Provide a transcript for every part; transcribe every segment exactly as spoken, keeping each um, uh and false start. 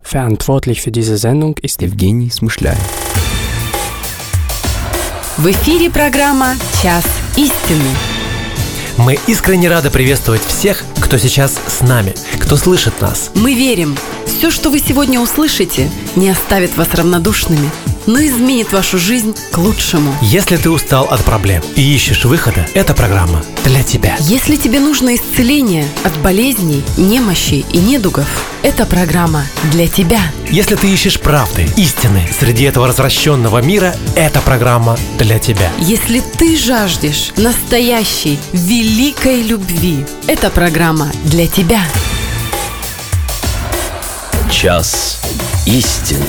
Verantwortlich für diese Sendung ist Евгений Смышляев. В эфире программа «Час истины». Мы искренне рады приветствовать всех, кто сейчас с нами, кто слышит нас. Мы верим, все, что вы сегодня услышите, не оставит вас равнодушными, но изменит вашу жизнь к лучшему. Если ты устал от проблем и ищешь выхода, эта программа для тебя. Если тебе нужно исцеление от болезней, немощей и недугов, эта программа для тебя. Если ты ищешь правды, истины среди этого развращенного мира, эта программа для тебя. Если ты жаждешь настоящей, великой любви, эта программа для тебя. Час истины.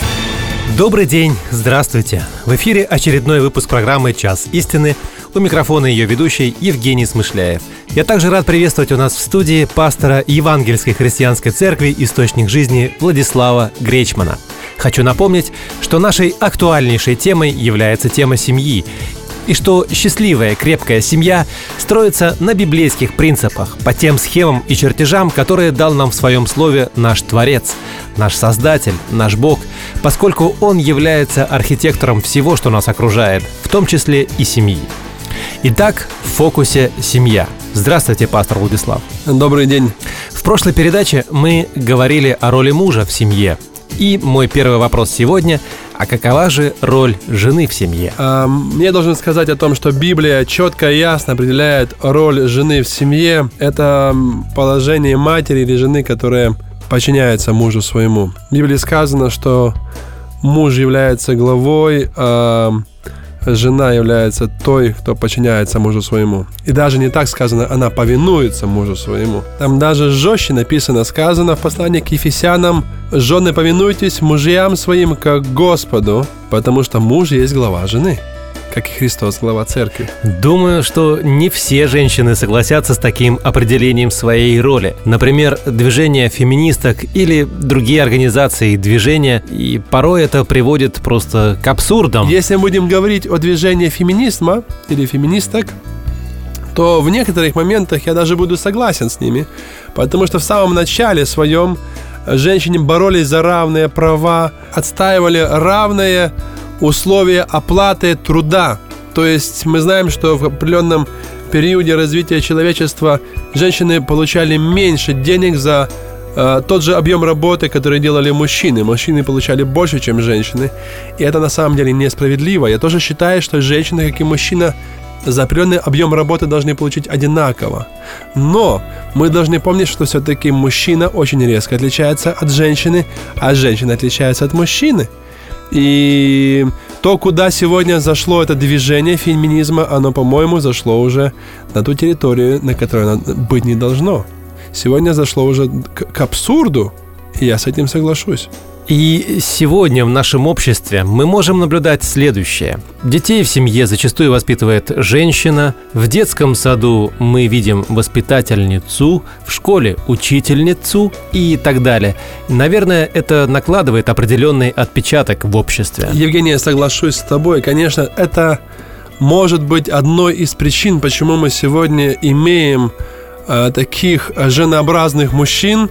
Добрый день, здравствуйте. В эфире очередной выпуск программы «Час истины». У микрофона ее ведущий Евгений Смышляев. Я также рад приветствовать у нас в студии пастора Евангельской христианской церкви «Источник жизни» Владислава Гречмана. Хочу напомнить, что нашей актуальнейшей темой является тема семьи, и что счастливая, крепкая семья строится на библейских принципах, по тем схемам и чертежам, которые дал нам в своем слове наш Творец, наш Создатель, наш Бог, поскольку Он является архитектором всего, что нас окружает, в том числе и семьи. Итак, в фокусе семья. Здравствуйте, пастор Владислав. Добрый день. В прошлой передаче мы говорили о роли мужа в семье. И мой первый вопрос сегодня: а какова же роль жены в семье? Я должен сказать о том, что Библия четко и ясно определяет роль жены в семье. Это положение матери или жены, которая подчиняется мужу своему. В Библии сказано, что муж является главой, а жена является той, кто подчиняется мужу своему. И даже не так сказано, она повинуется мужу своему. Там даже жестче написано, сказано в послании к Ефесянам: «Жены, повинуйтесь мужьям своим, как Господу, потому что муж есть глава жены, как и Христос глава церкви». Думаю, что не все женщины согласятся с таким определением своей роли. Например, движение феминисток или другие организации и движения, и порой это приводит просто к абсурдам. Если мы будем говорить о движении феминизма или феминисток, то в некоторых моментах я даже буду согласен с ними, потому что в самом начале своем женщины боролись за равные права, отстаивали равные условия оплаты труда. То есть мы знаем, что в определенном периоде развития человечества женщины получали меньше денег за э, тот же объем работы, который делали мужчины. Мужчины получали больше, чем женщины. И это на самом деле несправедливо. Я тоже считаю, что женщина, как и мужчина, за определенный объем работы должны получить одинаково. Но мы должны помнить, что все-таки мужчина очень резко отличается от женщины, а женщина отличается от мужчины. И то, куда сегодня зашло это движение феминизма, оно, по-моему, зашло уже на ту территорию, на которой оно быть не должно. Сегодня зашло уже к, к абсурду, и я с этим соглашусь. И сегодня в нашем обществе мы можем наблюдать следующее. Детей в семье зачастую воспитывает женщина, в детском саду мы видим воспитательницу, в школе учительницу и так далее. Наверное, это накладывает определенный отпечаток в обществе. Евгений, я соглашусь с тобой. Конечно, это может быть одной из причин, почему мы сегодня имеем э, таких женообразных мужчин,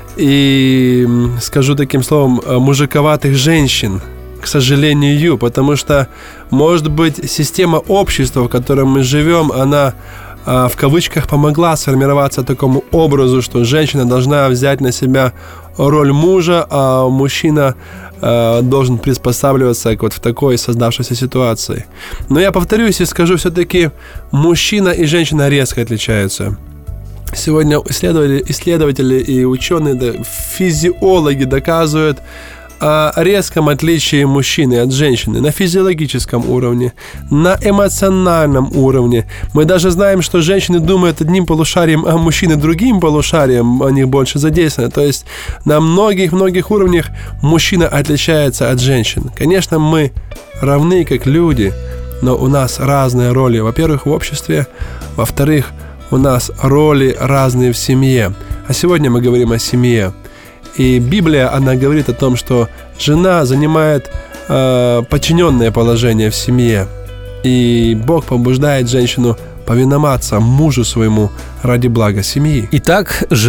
и, скажу таким словом, мужиковатых женщин, к сожалению, потому что, может быть, система общества, в котором мы живем, она, в кавычках, помогла сформироваться такому образу, что женщина должна взять на себя роль мужа, а мужчина должен приспосабливаться вот в такой создавшейся ситуации. Но я повторюсь и скажу, все-таки мужчина и женщина резко отличаются. Сегодня исследователи, исследователи и ученые, да, физиологи доказывают о резком отличии мужчины от женщины на физиологическом уровне, на эмоциональном уровне. Мы даже знаем, что женщины думают одним полушарием, а мужчины другим полушарием, о них больше задействованы. То есть на многих-многих уровнях мужчина отличается от женщин. Конечно, мы равны как люди, но у нас разные роли. Во-первых, в обществе, во-вторых, у нас роли разные в семье. А сегодня мы говорим о семье. И Библия, она говорит о том, что жена занимает э, подчиненное положение в семье. И Бог побуждает женщину повиноваться мужу своему ради блага семьи. Итак, жена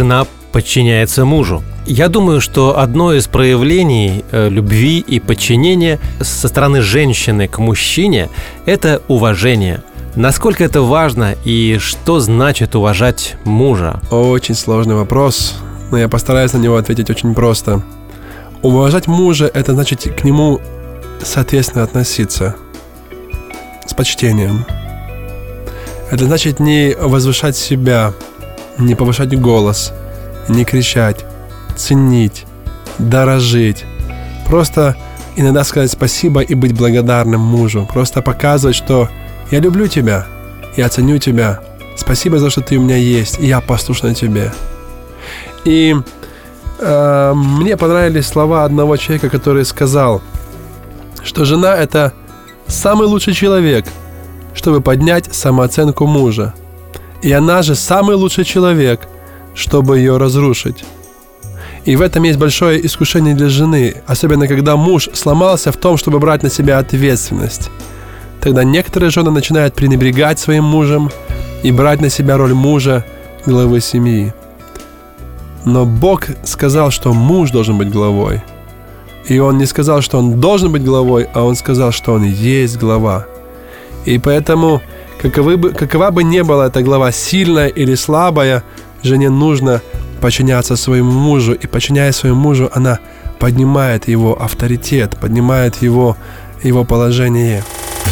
подчиняется мужу. Я думаю, что одно из проявлений любви и подчинения со стороны женщины к мужчине – это уважение. Насколько это важно и что значит уважать мужа? Очень сложный вопрос, но я постараюсь на него ответить очень просто. Уважать мужа – это значит к нему соответственно относиться с почтением. Это значит не возвышать себя, не повышать голос, не кричать, ценить, дорожить. Просто иногда сказать спасибо и быть благодарным мужу. Просто показывать, что я люблю тебя, я ценю тебя, спасибо за то, что ты у меня есть, и я послушна тебе. И э, мне понравились слова одного человека, который сказал, что жена – это самый лучший человек, чтобы поднять самооценку мужа. И она же самый лучший человек, чтобы ее разрушить. И в этом есть большое искушение для жены, особенно когда муж сломался в том, чтобы брать на себя ответственность. Тогда некоторые жены начинают пренебрегать своим мужем и брать на себя роль мужа, главы семьи. Но Бог сказал, что муж должен быть главой. И Он не сказал, что он должен быть главой, а Он сказал, что он есть глава. И поэтому, каковы бы, какова бы ни была эта глава, сильная или слабая, жене нужно подчиняться своему мужу. И подчиняясь своему мужу, она поднимает его авторитет, поднимает его, его положение.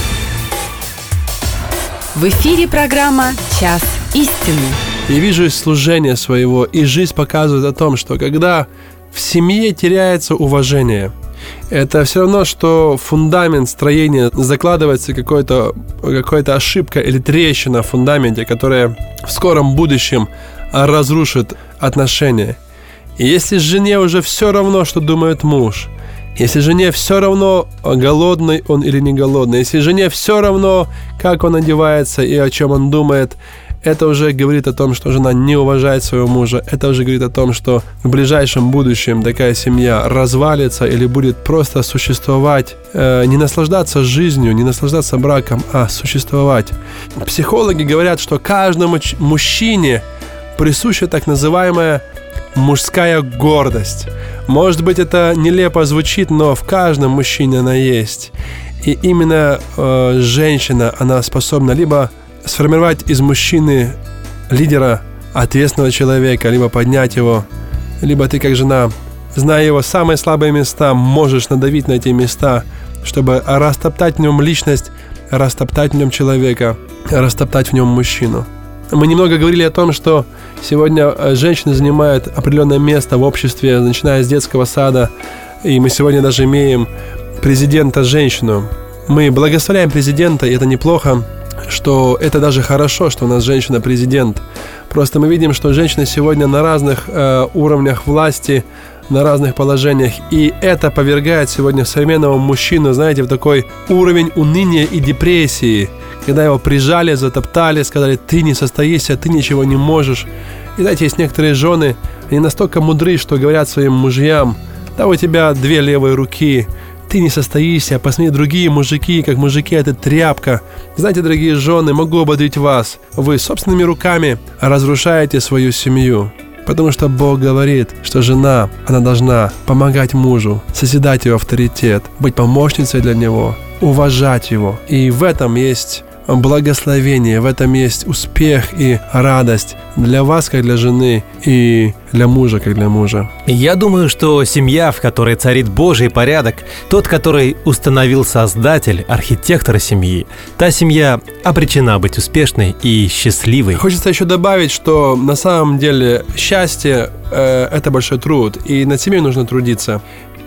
В эфире программа «Час истины». Я вижу из служения своего, и жизнь показывает о том, что когда в семье теряется уважение, это все равно, что фундамент строения закладывается какой-то, какая-то ошибка или трещина в фундаменте, которая в скором будущем разрушит отношения. И если жене уже все равно, что думает муж, если жене все равно, голодный он или не голодный, если жене все равно, как он одевается и о чем он думает, это уже говорит о том, что жена не уважает своего мужа. Это уже говорит о том, что в ближайшем будущем такая семья развалится или будет просто существовать, э, не наслаждаться жизнью, не наслаждаться браком, а существовать. Психологи говорят, что каждому мужчине присуща так называемая мужская гордость. Может быть, это нелепо звучит, но в каждом мужчине она есть. И именно э, женщина, она способна либо сформировать из мужчины лидера, ответственного человека, либо поднять его, либо ты как жена, зная его самые слабые места, можешь надавить на эти места, чтобы растоптать в нем личность, растоптать в нем человека, растоптать в нем мужчину. Мы немного говорили о том, что сегодня женщины занимают определенное место в обществе, начиная с детского сада, и мы сегодня даже имеем президента-женщину. Мы благословляем президента, и это неплохо, что это даже хорошо, что у нас женщина-президент. Просто мы видим, что женщины сегодня на разных э, уровнях власти, на разных положениях, и это повергает сегодня современного мужчину, знаете, в такой уровень уныния и депрессии, когда его прижали, затоптали, сказали: ты не состоишься, ты ничего не можешь. И знаете, есть некоторые жены, они настолько мудры, что говорят своим мужьям: да у тебя две левые руки, ты не состоишься, посмотри, другие мужики, как мужики, это тряпка. Знаете, дорогие жены, могу ободрить вас, вы собственными руками разрушаете свою семью. Потому что Бог говорит, что жена, она должна помогать мужу, созидать его авторитет, быть помощницей для него, уважать его. И в этом есть благословение, в этом есть успех и радость для вас, как для жены, и для мужа, как для мужа. Я думаю, что семья, в которой царит Божий порядок, тот, который установил Создатель, архитектор семьи, та семья обречена быть успешной и счастливой. Хочется еще добавить, что на самом деле счастье э, – это большой труд, и над семьей нужно трудиться.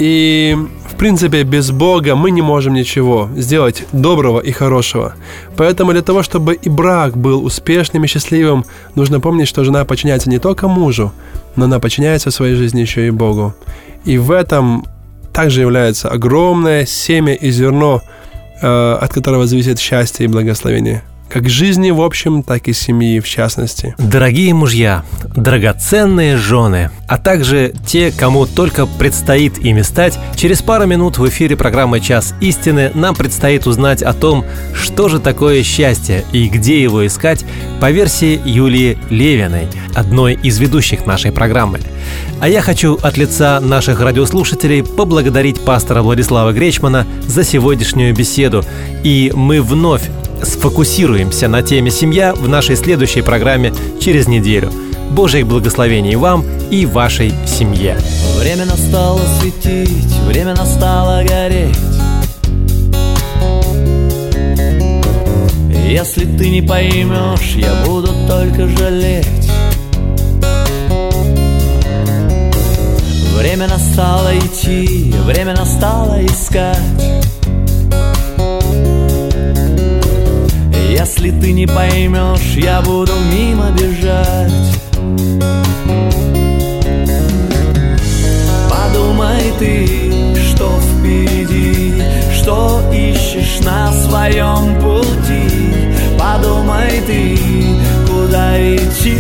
И, в принципе, без Бога мы не можем ничего сделать доброго и хорошего. Поэтому для того, чтобы и брак был успешным и счастливым, нужно помнить, что жена подчиняется не только мужу, но она подчиняется в своей жизни еще и Богу. И в этом также является огромное семя и зерно, э, от которого зависит счастье и благословение как жизни в общем, так и семьи в частности. Дорогие мужья, драгоценные жены, а также те, кому только предстоит ими стать, через пару минут в эфире программы «Час истины» нам предстоит узнать о том, что же такое счастье и где его искать по версии Юлии Левиной, одной из ведущих нашей программы. А я хочу от лица наших радиослушателей поблагодарить пастора Владислава Гречмана за сегодняшнюю беседу. И мы вновь сфокусируемся на теме «Семья» в нашей следующей программе через неделю. Божьих благословений вам и вашей семье. Время настало светить, время настало гореть. Если ты не поймешь, я буду только жалеть. Время настало идти, время настало искать. Если ты не поймешь, я буду мимо бежать. Подумай ты, что впереди, что ищешь на своем пути. Подумай ты, куда идти.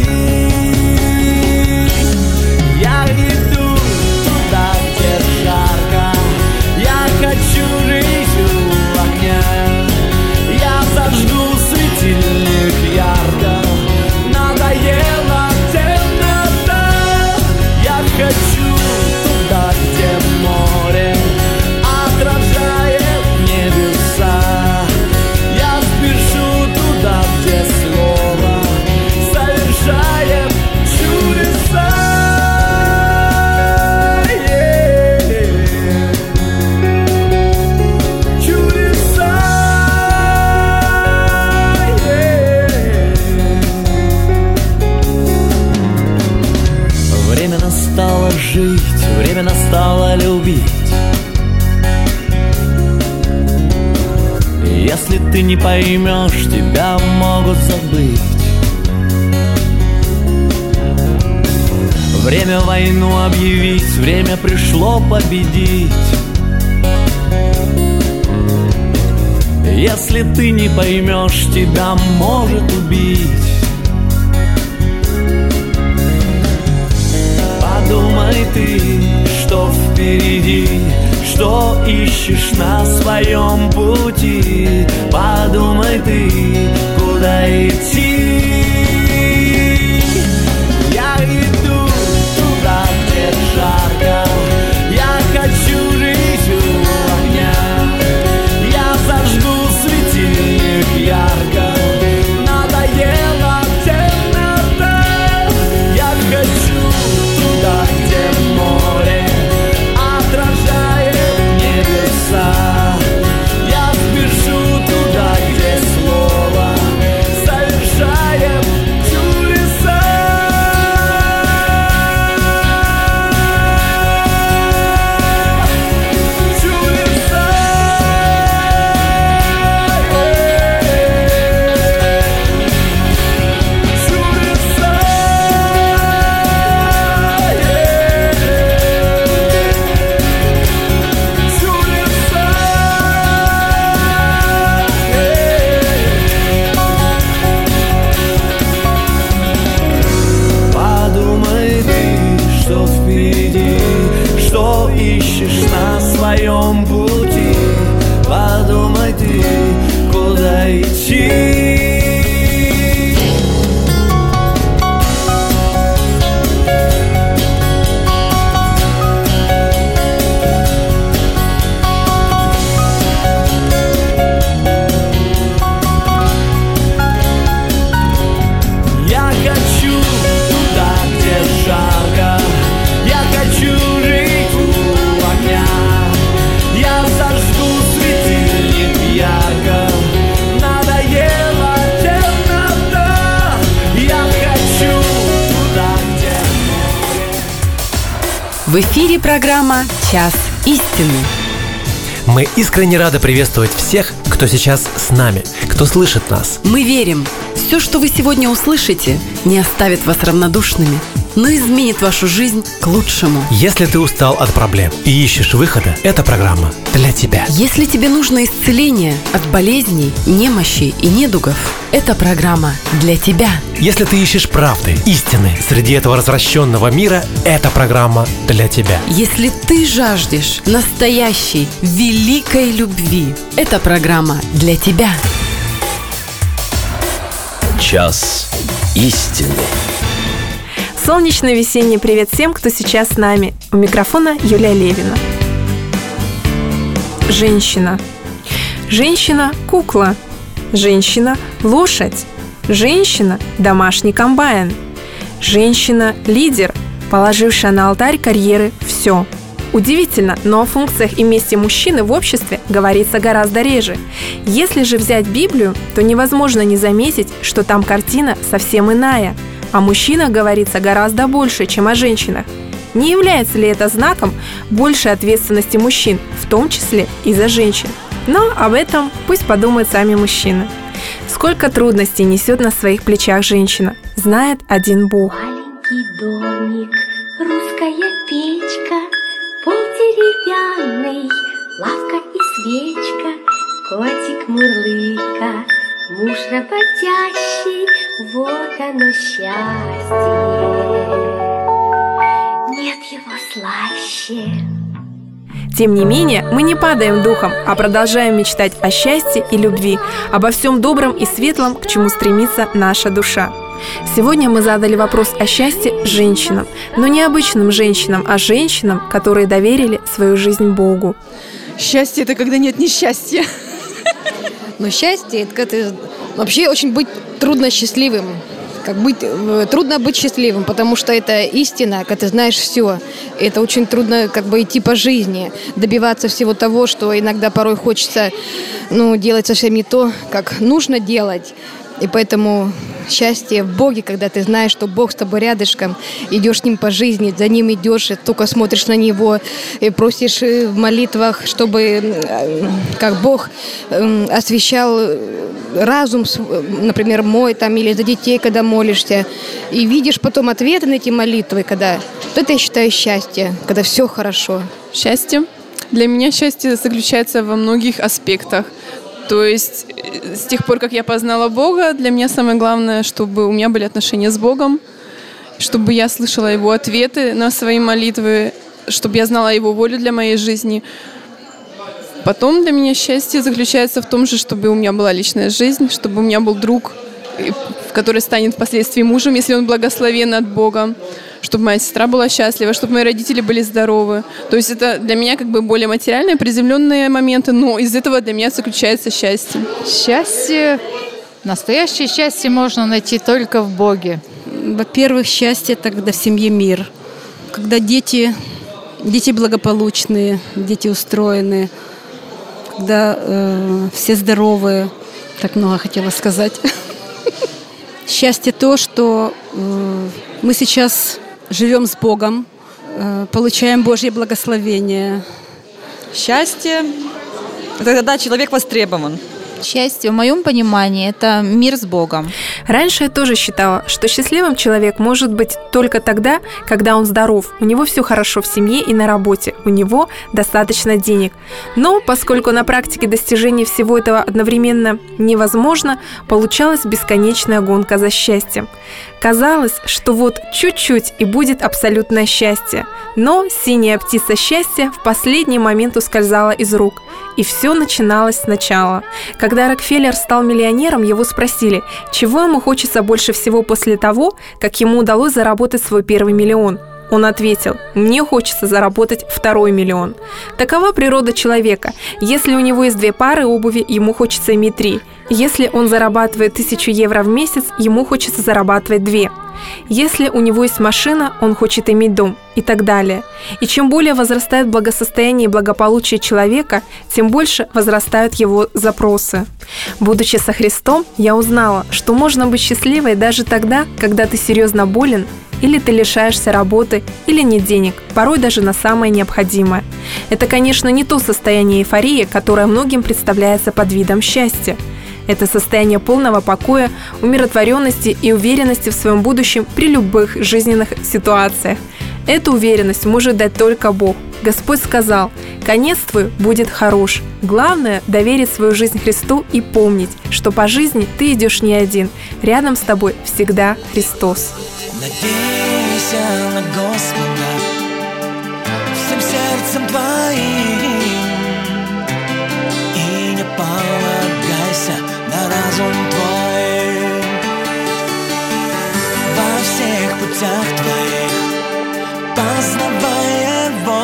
Я иду туда, где жарко. Я хочу жить у огня. Я зажгу светильник ярко. Надоела темнота. Я хочу туда, где море отражает небеса. Я спешу туда, где слово совершает чудеса. Настало жить, время настало любить. Если ты не поймешь, тебя могут забыть. Время войну объявить, время пришло победить. Если ты не поймешь, тебя может убить. Подумай ты, что впереди, что ищешь на своем пути. Подумай ты, куда идти. Я иду туда, где жарко. Я хочу жить у огня. Я зажгу светильник ярко. Надоела темнота. Я хочу туда, где море отражает небеса. Я спешу туда, где слово совершает чудеса. Чудеса. Чудеса. Подумай ты, что впереди, что ищешь на своем пути. Подумай ты, куда идти. Я хочу туда, где жарко. Я хочу жить у огня. Я зажгу светильник ярко. Надоела темнота. Я хочу туда, где море. В эфире программа «Час истины». Мы искренне рады приветствовать всех, кто сейчас с нами, кто слышит нас. Мы верим, все, что вы сегодня услышите, не оставит вас равнодушными. но изменит вашу жизнь к лучшему. Если ты устал от проблем и ищешь выхода, эта программа для тебя. Если тебе нужно исцеление от болезней, немощи и недугов, эта программа для тебя. Если ты ищешь правды, истины среди этого развращенного мира, эта программа для тебя. Если ты жаждешь настоящей, великой любви, эта программа для тебя. Час истины. Солнечный весенний привет всем, кто сейчас с нами. У микрофона Юлия Левина. Женщина. Женщина – кукла. Женщина – лошадь. Женщина – домашний комбайн. Женщина – лидер, положившая на алтарь карьеры все. Удивительно, но о функциях и месте мужчины в обществе говорится гораздо реже. Если же взять Библию, то невозможно не заметить, что там картина совсем иная. О мужчинах говорится гораздо больше, чем о женщинах. Не является ли это знаком большей ответственности мужчин, в том числе и за женщин? Но об этом пусть подумают сами мужчины. Сколько трудностей несет на своих плечах женщина, знает один Бог. Маленький домик, русская печка, пол деревянный, лавка и свечка, котик мурлыка, муж работящий, вот оно счастье. Нет его слаще. Тем не менее, мы не падаем духом, а продолжаем мечтать о счастье и любви, обо всем добром и светлом, к чему стремится наша душа. Сегодня мы задали вопрос о счастье женщинам, но не обычным женщинам, а женщинам, которые доверили свою жизнь Богу. Счастье – это когда нет несчастья. Но счастье – это когда вообще очень быть трудно счастливым. Как быть, трудно быть счастливым, потому что это истина, когда ты знаешь все. И это очень трудно как бы идти по жизни, добиваться всего того, что иногда порой хочется ну, делать совсем не то, как нужно делать. И поэтому счастье в Боге, когда ты знаешь, что Бог с тобой рядышком, идешь с Ним по жизни, за Ним идешь, и только смотришь на Него, и просишь в молитвах, чтобы как Бог освещал разум, например, мой там, или за детей, когда молишься, и видишь потом ответы на эти молитвы, когда... Вот это я считаю счастье, когда все хорошо. Счастье? Для меня счастье заключается во многих аспектах. То есть с тех пор, как я познала Бога, для меня самое главное, чтобы у меня были отношения с Богом, чтобы я слышала Его ответы на свои молитвы, чтобы я знала Его волю для моей жизни. Потом для меня счастье заключается в том же, чтобы у меня была личная жизнь, чтобы у меня был друг, который станет впоследствии мужем, если он благословен от Бога, чтобы моя сестра была счастлива, чтобы мои родители были здоровы. То есть это для меня как бы более материальные, приземленные моменты, но из этого для меня заключается счастье. Счастье, настоящее счастье можно найти только в Боге. Во-первых, счастье – это когда в семье мир, когда дети, дети благополучные, дети устроенные, когда э, все здоровые, так много хотела сказать. Счастье то, что э, мы сейчас живем с Богом, э, получаем Божье благословение. Счастье – это когда человек востребован. Счастье, в моем понимании, это мир с Богом. Раньше я тоже считала, что счастливым человек может быть только тогда, когда он здоров, у него все хорошо в семье и на работе, у него достаточно денег. Но поскольку на практике достижение всего этого одновременно невозможно, получалась бесконечная гонка за счастьем. Казалось, что вот чуть-чуть и будет абсолютное счастье. Но синяя птица счастья в последний момент ускользала из рук. И все начиналось сначала. Когда Рокфеллер стал миллионером, его спросили, чего ему хочется больше всего после того, как ему удалось заработать свой первый миллион. Он ответил: «Мне хочется заработать второй миллион». Такова природа человека. Если у него есть две пары обуви, ему хочется иметь три. Если он зарабатывает тысячу евро в месяц, ему хочется зарабатывать две. Если у него есть машина, он хочет иметь дом и так далее. И чем более возрастает благосостояние и благополучие человека, тем больше возрастают его запросы. Будучи со Христом, я узнала, что можно быть счастливой даже тогда, когда ты серьезно болен, или ты лишаешься работы, или нет денег, порой даже на самое необходимое. Это, конечно, не то состояние эйфории, которое многим представляется под видом счастья. Это состояние полного покоя, умиротворенности и уверенности в своем будущем при любых жизненных ситуациях. Эту уверенность может дать только Бог. Господь сказал: «Конец твой будет хорош». Главное – доверить свою жизнь Христу и помнить, что по жизни ты идешь не один. Рядом с тобой всегда Христос. Надейся на Господа всем сердцем твоим и не полагайся на разум твой. Во всех путях твоих познавай Его,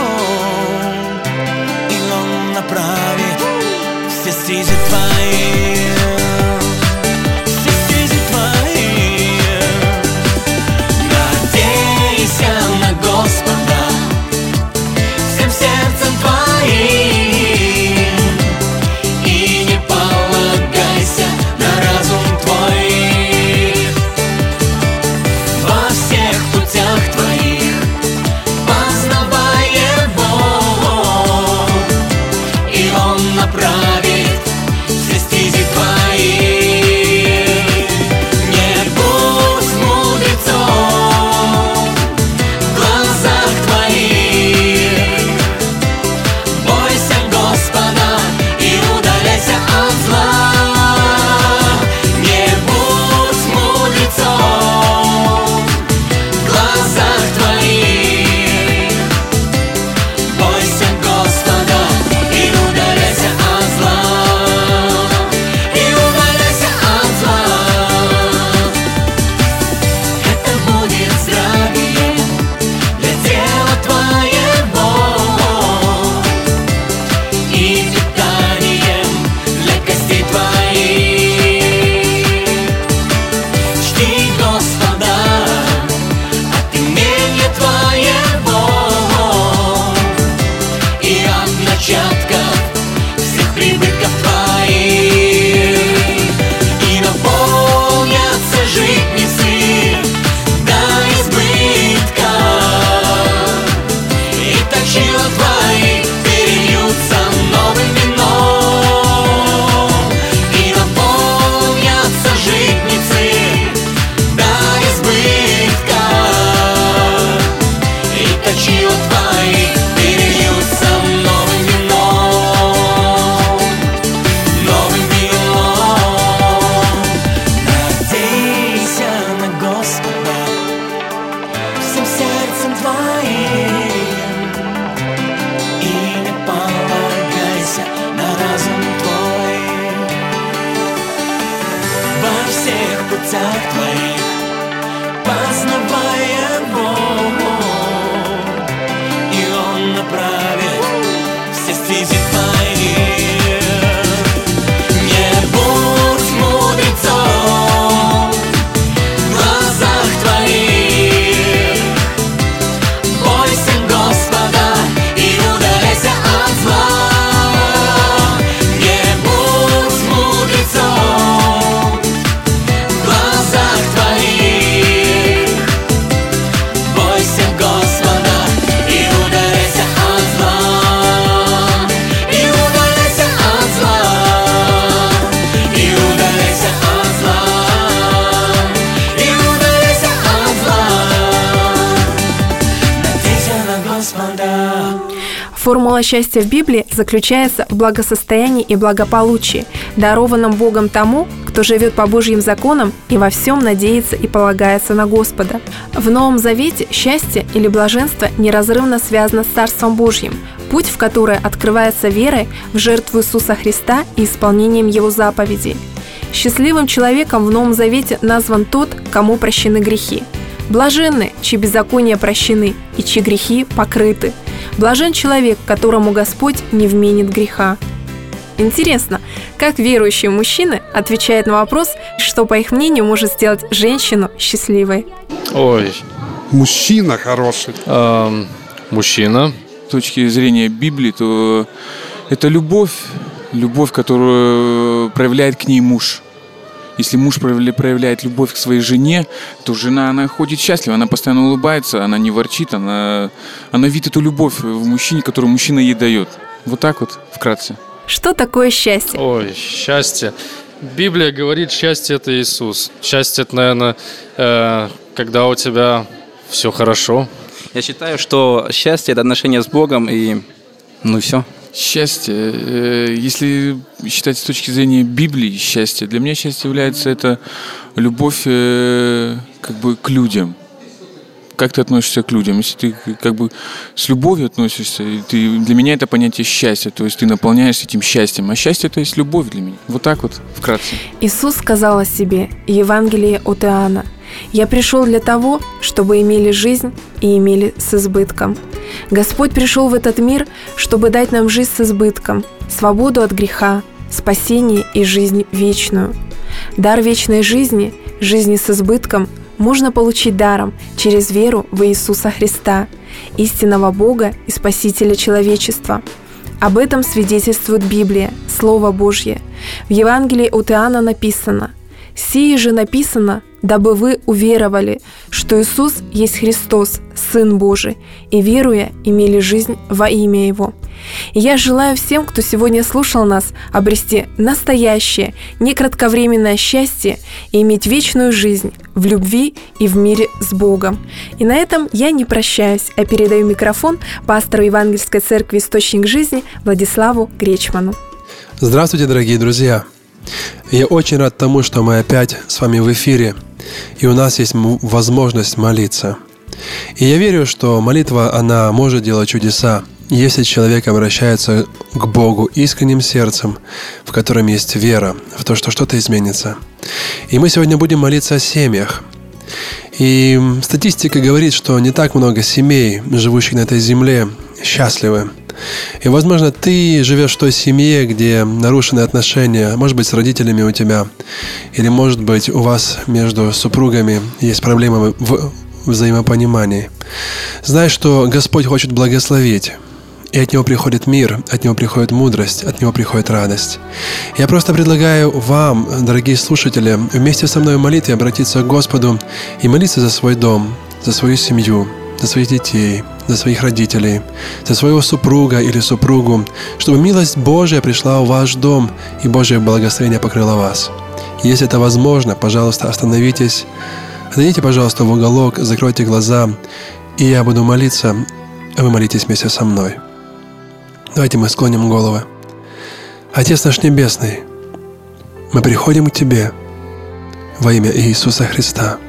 и Он направит все стези твои. Все стези твои. Надейся на Господа всем сердцем твоим и не полагайся на разум твой. Во всех путях твоих познавай Его, и Он направит все стези твои. Не будь мудрецом в глазах твоих, бойся Господа и удаляйся от зла. Не будь мудрецом в глазах твоих, бойся Господа и удаляйся от зла. И удаляйся от зла. Это будет здравием для тела твоего и питанием для костей твоих. Чти Господа от имени твоего и от начатков всех прибытков твоих. И наполнятся житницы до избытка, и точила твои перельются новым вином. И наполнятся житницы до избытка, и точила твои перельются новым вином. Новым вином. Надейся на Господа всем сердцем твоим и не полагайся на разум твой. Во всех путях твоих познавай Его, и Он направит все стези твои. Не будь мудрецом в глазах твоих, бойся Господа и удаляйся от зла. Не будь мудрецом в глазах твоих, бойся Господа и удаляйся от зла. И удаляйся от зла. И удаляйся от зла. И удаляйся от зла. Надейся на Господа. Формула счастья в Библии заключается в благосостоянии и благополучии, дарованном Богом тому, кто живет по Божьим законам и во всем надеется и полагается на Господа. В Новом Завете счастье или блаженство неразрывно связано с Царством Божьим, путь в которое открывается верой в жертву Иисуса Христа и исполнением Его заповедей. Счастливым человеком в Новом Завете назван тот, кому прощены грехи. Блаженны, чьи беззакония прощены и чьи грехи покрыты. Блажен человек, которому Господь не вменит греха. Интересно, как верующие мужчины отвечают на вопрос, что, по их мнению, может сделать женщину счастливой. Ой. Мужчина хороший. Эм, мужчина. С точки зрения Библии, то это любовь, любовь, которую проявляет к ней муж. Если муж проявляет любовь к своей жене, то жена, она ходит счастлива, она постоянно улыбается, она не ворчит, она, она видит эту любовь в мужчине, которую мужчина ей дает. Вот так вот, вкратце. Что такое счастье? Ой, счастье. Библия говорит, счастье – это Иисус. Счастье – это, наверное, э, когда у тебя все хорошо. Я считаю, что счастье – это отношение с Богом, и ну все. Счастье, э, если считать с точки зрения Библии счастье, для меня счастье является это любовь э, как бы к людям. Как ты относишься к людям? Если ты как бы с любовью относишься, ты, для меня это понятие счастья, то есть ты наполняешься этим счастьем, а счастье – это есть любовь для меня. Вот так вот, вкратце. Иисус сказал о себе, Евангелие от Иоанна: «Я пришел для того, чтобы имели жизнь и имели с избытком». Господь пришел в этот мир, чтобы дать нам жизнь с избытком, свободу от греха, спасение и жизнь вечную. Дар вечной жизни, жизни с избытком – можно получить даром через веру в Иисуса Христа, истинного Бога и Спасителя человечества. Об этом свидетельствует Библия, Слово Божье. В Евангелии от Иоанна написано: «Сие же написано, дабы вы уверовали, что Иисус есть Христос, Сын Божий, и, веруя, имели жизнь во имя Его». И я желаю всем, кто сегодня слушал нас, обрести настоящее, не кратковременное счастье и иметь вечную жизнь в любви и в мире с Богом. И на этом я не прощаюсь, а передаю микрофон пастору Евангельской церкви «Источник жизни» Владиславу Гречману. Здравствуйте, дорогие друзья! Я очень рад тому, что мы опять с вами в эфире, и у нас есть возможность молиться. И я верю, что молитва, она может делать чудеса, если человек обращается к Богу искренним сердцем, в котором есть вера в то, что что-то изменится. И мы сегодня будем молиться о семьях. И статистика говорит, что не так много семей, живущих на этой земле, счастливы. И, возможно, ты живешь в той семье, где нарушены отношения, может быть, с родителями у тебя, или, может быть, у вас между супругами есть проблемы в взаимопонимании. Знай, что Господь хочет благословить, и от Него приходит мир, от Него приходит мудрость, от Него приходит радость. Я просто предлагаю вам, дорогие слушатели, вместе со мной в молитве обратиться к Господу и молиться за свой дом, за свою семью, за своих детей, за своих родителей, за своего супруга или супругу, чтобы милость Божия пришла в ваш дом и Божье благословение покрыло вас. Если это возможно, пожалуйста, остановитесь, отойдите, пожалуйста, в уголок, закройте глаза, и я буду молиться, а вы молитесь вместе со мной. Давайте мы склоним головы. Отец наш Небесный, мы приходим к Тебе во имя Иисуса Христа.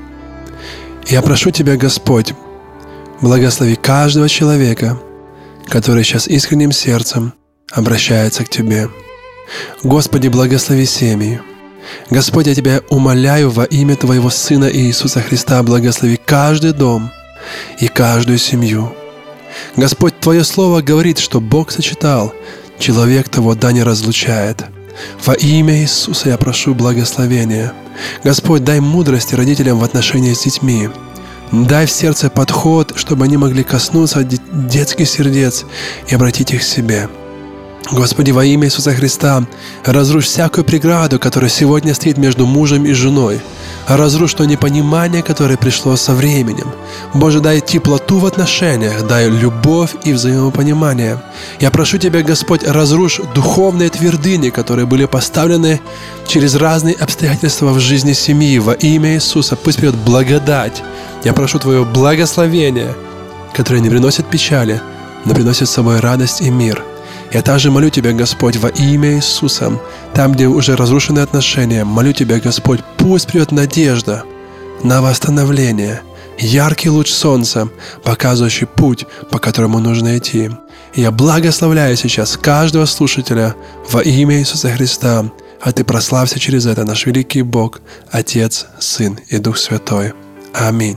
Я прошу Тебя, Господь, благослови каждого человека, который сейчас искренним сердцем обращается к Тебе. Господи, благослови семьи. Господь, я Тебя умоляю во имя Твоего Сына Иисуса Христа, благослови каждый дом и каждую семью. Господь, Твое Слово говорит, что Бог сочетал, человек того да не разлучает. Во имя Иисуса я прошу благословения. Господь, дай мудрости родителям в отношении с детьми. Дай в сердце подход, чтобы они могли коснуться детских сердец и обратить их к себе. Господи, во имя Иисуса Христа, разрушь всякую преграду, которая сегодня стоит между мужем и женой. Разрушь то непонимание, которое пришло со временем. Боже, дай теплоту в отношениях, дай любовь и взаимопонимание. Я прошу Тебя, Господь, разрушь духовные твердыни, которые были поставлены через разные обстоятельства в жизни семьи. Во имя Иисуса пусть придет благодать. Я прошу Твое благословение, которое не приносит печали, но приносит с собой радость и мир. Я также молю Тебя, Господь, во имя Иисуса, там, где уже разрушены отношения, молю Тебя, Господь, пусть придет надежда на восстановление, яркий луч солнца, показывающий путь, по которому нужно идти. И я благословляю сейчас каждого слушателя во имя Иисуса Христа, а Ты прославься через это, наш великий Бог, Отец, Сын и Дух Святой. Аминь.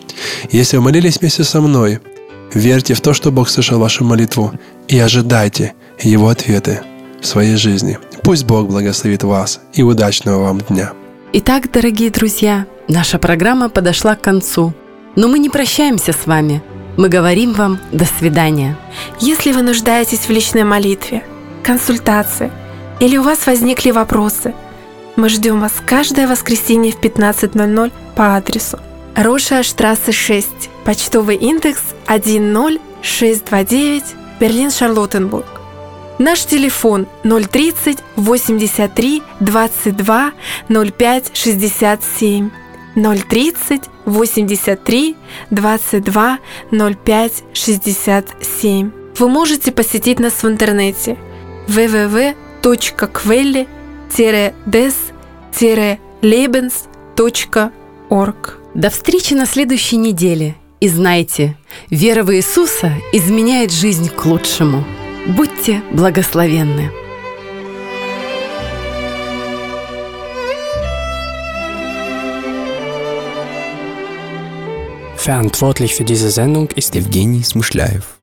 Если вы молились вместе со мной, верьте в то, что Бог слышал вашу молитву, и ожидайте Его ответы в своей жизни. Пусть Бог благословит вас и удачного вам дня. Итак, дорогие друзья, наша программа подошла к концу. Но мы не прощаемся с вами. Мы говорим вам до свидания. Если вы нуждаетесь в личной молитве, консультации или у вас возникли вопросы, мы ждем вас каждое воскресенье в пятнадцать ноль ноль по адресу Роша-штрассе шесть, почтовый индекс один ноль шесть два девять, Берлин-Шарлоттенбург. Наш телефон ноль тридцать восемьдесят три двадцать два ноль пять шестьдесят семь. ноль тридцать восемьдесят три двадцать два ноль пять шестьдесят семь. Вы можете посетить нас в интернете дабл ю дабл ю дабл ю точка квелли дес лебенс точка орг. До встречи на следующей неделе. И знайте, вера в Иисуса изменяет жизнь к лучшему. Будьте благословенны. Verantwortlich für diese Sendung ist Евгений Смышляев.